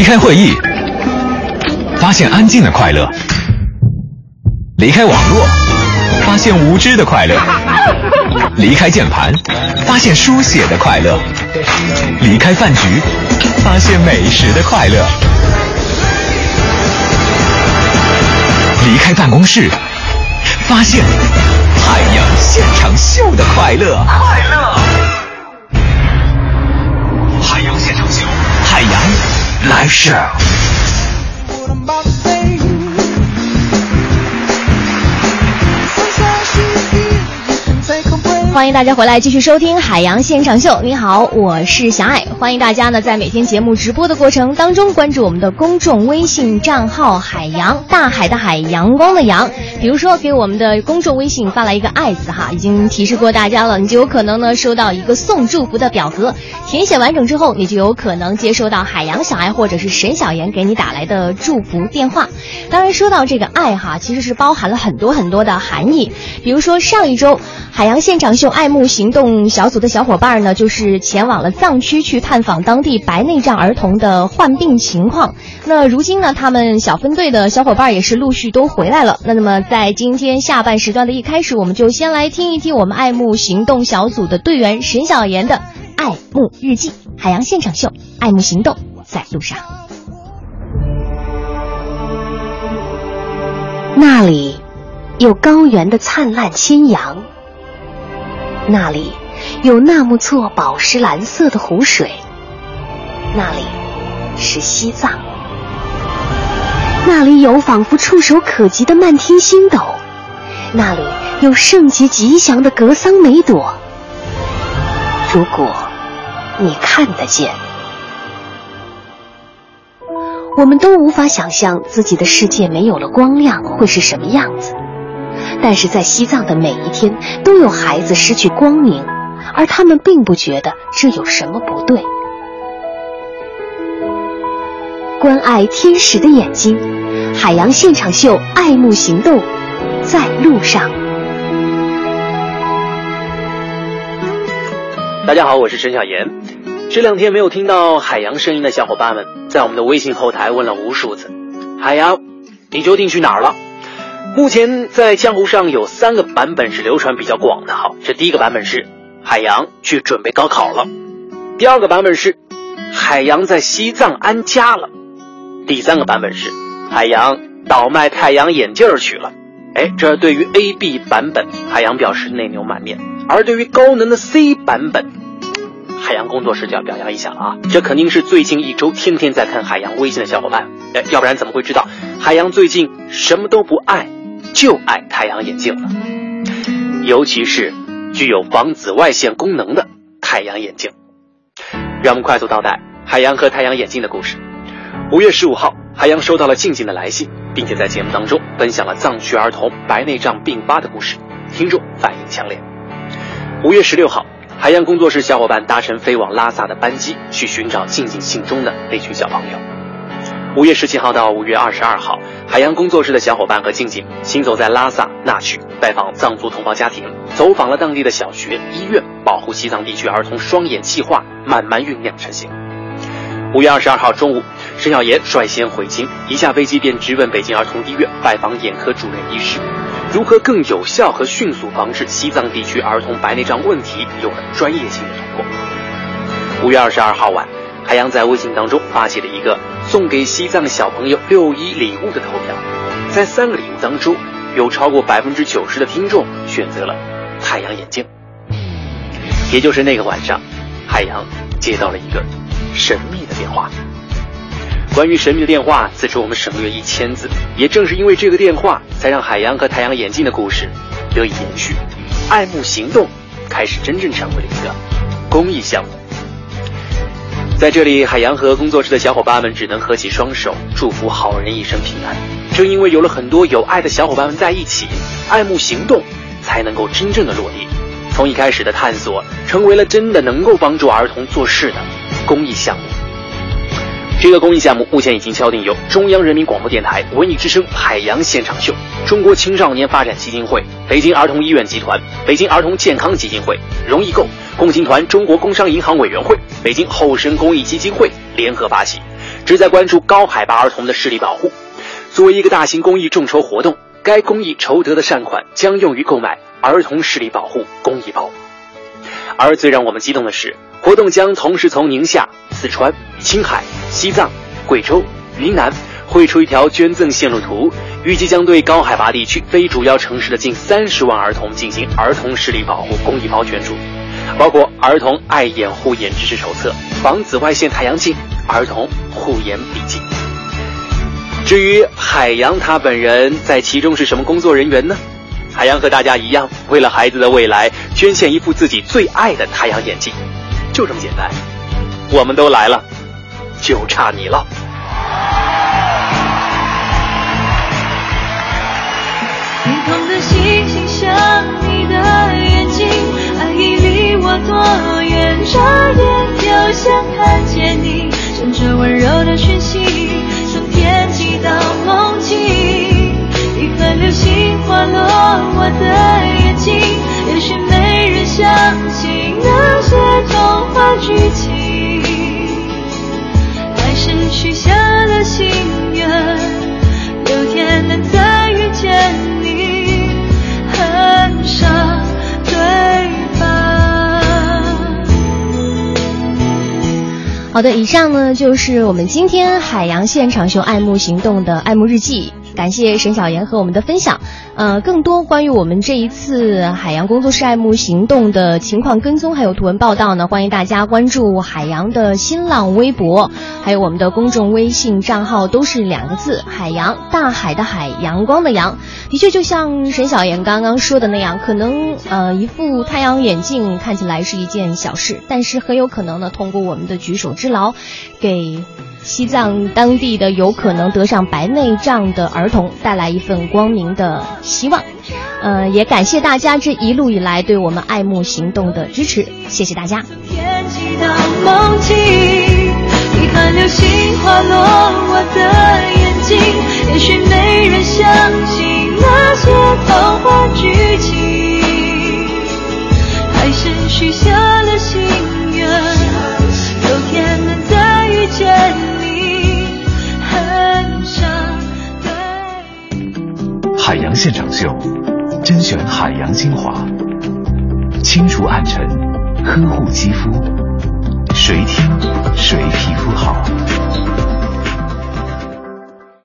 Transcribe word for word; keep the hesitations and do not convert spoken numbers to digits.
开会议，发现安静的快乐；离开网络，发现无知的快乐；离开键盘，发现书写的快乐；离开饭局，发现美食的快乐；离开办公室，发现海洋现场秀的快乐。快乐，海洋现场秀，海洋来事。 欢迎大家回来继续收听海洋现场秀。你好，我是小爱。欢迎大家呢在每天节目直播的过程当中关注我们的公众微信账号海洋，大海的海，阳光的阳。比如说给我们的公众微信发来一个爱字哈，已经提示过大家了，你就有可能呢收到一个送祝福的表格，填写完整之后你就有可能接收到海洋小爱或者是沈小妍给你打来的祝福电话。当然说到这个爱哈，其实是包含了很多很多的含义。比如说上一周海洋现场秀爱慕行动小组的小伙伴呢，就是前往了藏区去探访当地白内障儿童的患病情况。那如今呢，他们小分队的小伙伴也是陆续都回来了。那那么在今天下半时段的一开始，我们就先来听一听我们爱慕行动小组的队员沈小妍的爱慕日记。海洋现场秀，爱慕行动在路上。 那里有高原的灿烂千阳，那里有纳木错宝石蓝色的湖水，那里是西藏，那里有仿佛触手可及的漫天星斗，那里有圣洁吉祥的格桑梅朵。如果你看得见，我们都无法想象自己的世界没有了光亮会是什么样子。但是在西藏的每一天都有孩子失去光明，而他们并不觉得这有什么不对。关爱天使的眼睛，海洋现场秀，爱慕行动在路上。 大家好，我是陈小妍。这两天没有听到海洋声音的小伙伴们，在我们的微信后台问了无数次，海洋你究竟去哪儿了？目前在江湖上有三个版本是流传比较广的。好，这第一个版本是海洋去准备高考了，第二个版本是海洋在西藏安家了，第三个版本是海洋倒卖太阳眼镜去了。哎，这对于 A B 版本海洋表示内牛满面，而对于高能的 C 版本海洋工作室就要表扬一下了啊！这肯定是最近一周天天在看海洋微信的小伙伴，哎，要不然怎么会知道海洋最近什么都不爱，就爱太阳眼镜了，尤其是具有防紫外线功能的太阳眼镜。让我们快速倒带海洋和太阳眼镜的故事。五月十五号，海洋收到了静静的来信，并且在节目当中分享了藏区儿童白内障并发的故事，听众反应强烈。五月十六号，海洋工作室小伙伴搭乘飞往拉萨的班机，去寻找静静信中的那群小朋友。五月十七号到五月二十二号，海洋工作室的小伙伴和静静行走在拉萨那曲，拜访藏族同胞家庭，走访了当地的小学、医院，保护西藏地区儿童双眼计划慢慢酝酿成型。五月二十二号中午，沈小妍率先回京，一下飞机便直奔北京儿童医院拜访眼科主任医师，如何更有效和迅速防治西藏地区儿童白内障问题有了专业性的突破。五月二十二号晚，海洋在微信当中发起了一个送给西藏小朋友六一礼物的投票，在三个礼物当中，有超过百分之九十的听众选择了太阳眼镜。也就是那个晚上，海洋接到了一个神秘的电话。关于神秘的电话，此处我们省略一千字。也正是因为这个电话，才让海洋和太阳眼镜的故事得以延续，爱慕行动开始真正成为了一个公益项目。在这里，海洋和工作室的小伙伴们只能合起双手，祝福好人一生平安。正因为有了很多有爱的小伙伴们在一起，爱慕行动才能够真正的落地，从一开始的探索，成为了真的能够帮助儿童做事的公益项目。这个公益项目目前已经敲定由中央人民广播电台文艺之声海洋现场秀、中国青少年发展基金会、北京儿童医院集团、北京儿童健康基金会、荣易购、共青团中国工商银行委员会、北京后生公益基金会联合发起， 旨在关注高海拔儿童的视力保护。作为一个大型公益众筹活动，该公益筹得的善款将用于购买儿童视力保护公益包。而最让我们激动的是，活动将同时从宁夏、四川、青海、西藏、贵州、云南绘出一条捐赠线路图，预计将对高海拔地区非主要城市的近三十万儿童进行儿童视力保护公益包捐助，包括儿童爱眼护眼知识手册、防紫外线太阳镜、儿童护眼笔记。至于海洋他本人在其中是什么工作人员呢？海洋和大家一样，为了孩子的未来捐献一副自己最爱的太阳眼镜，就这么简单。我们都来了，就差你了。 天空的星星像你的眼睛，爱已离我多远，眨眼就想看见你，乘着温柔的讯息，从天际到梦境，一颗流星划落我的眼睛，也许没人相信那些童话剧情，还是许下了心愿，有天能再遇见你，很傻对吧？ 好的，以上呢就是我们今天海洋现场秀爱慕行动的爱慕日记，感谢沈小妍和我们的分享。呃，更多关于我们这一次海洋工作室爱慕行动的情况跟踪还有图文报道呢，欢迎大家关注海洋的新浪微博，还有我们的公众微信账号，都是两个字，海洋，大海的海，阳光的阳。的确就像沈小妍刚刚说的那样，可能呃一副太阳眼镜看起来是一件小事，但是很有可能呢，通过我们的举手之劳，给西藏当地的有可能得上白内障的儿童带来一份光明的希望。呃，也感谢大家这一路以来对我们爱慕行动的支持，谢谢大家。 天际到梦境，一颗流星划落我的眼睛，也许没人相信那些童话剧情，还是许下了心愿，有天能再遇见你，很傻对。 海洋现场秀，甄选海洋精华，清除暗沉，呵护肌肤，谁听谁皮肤好。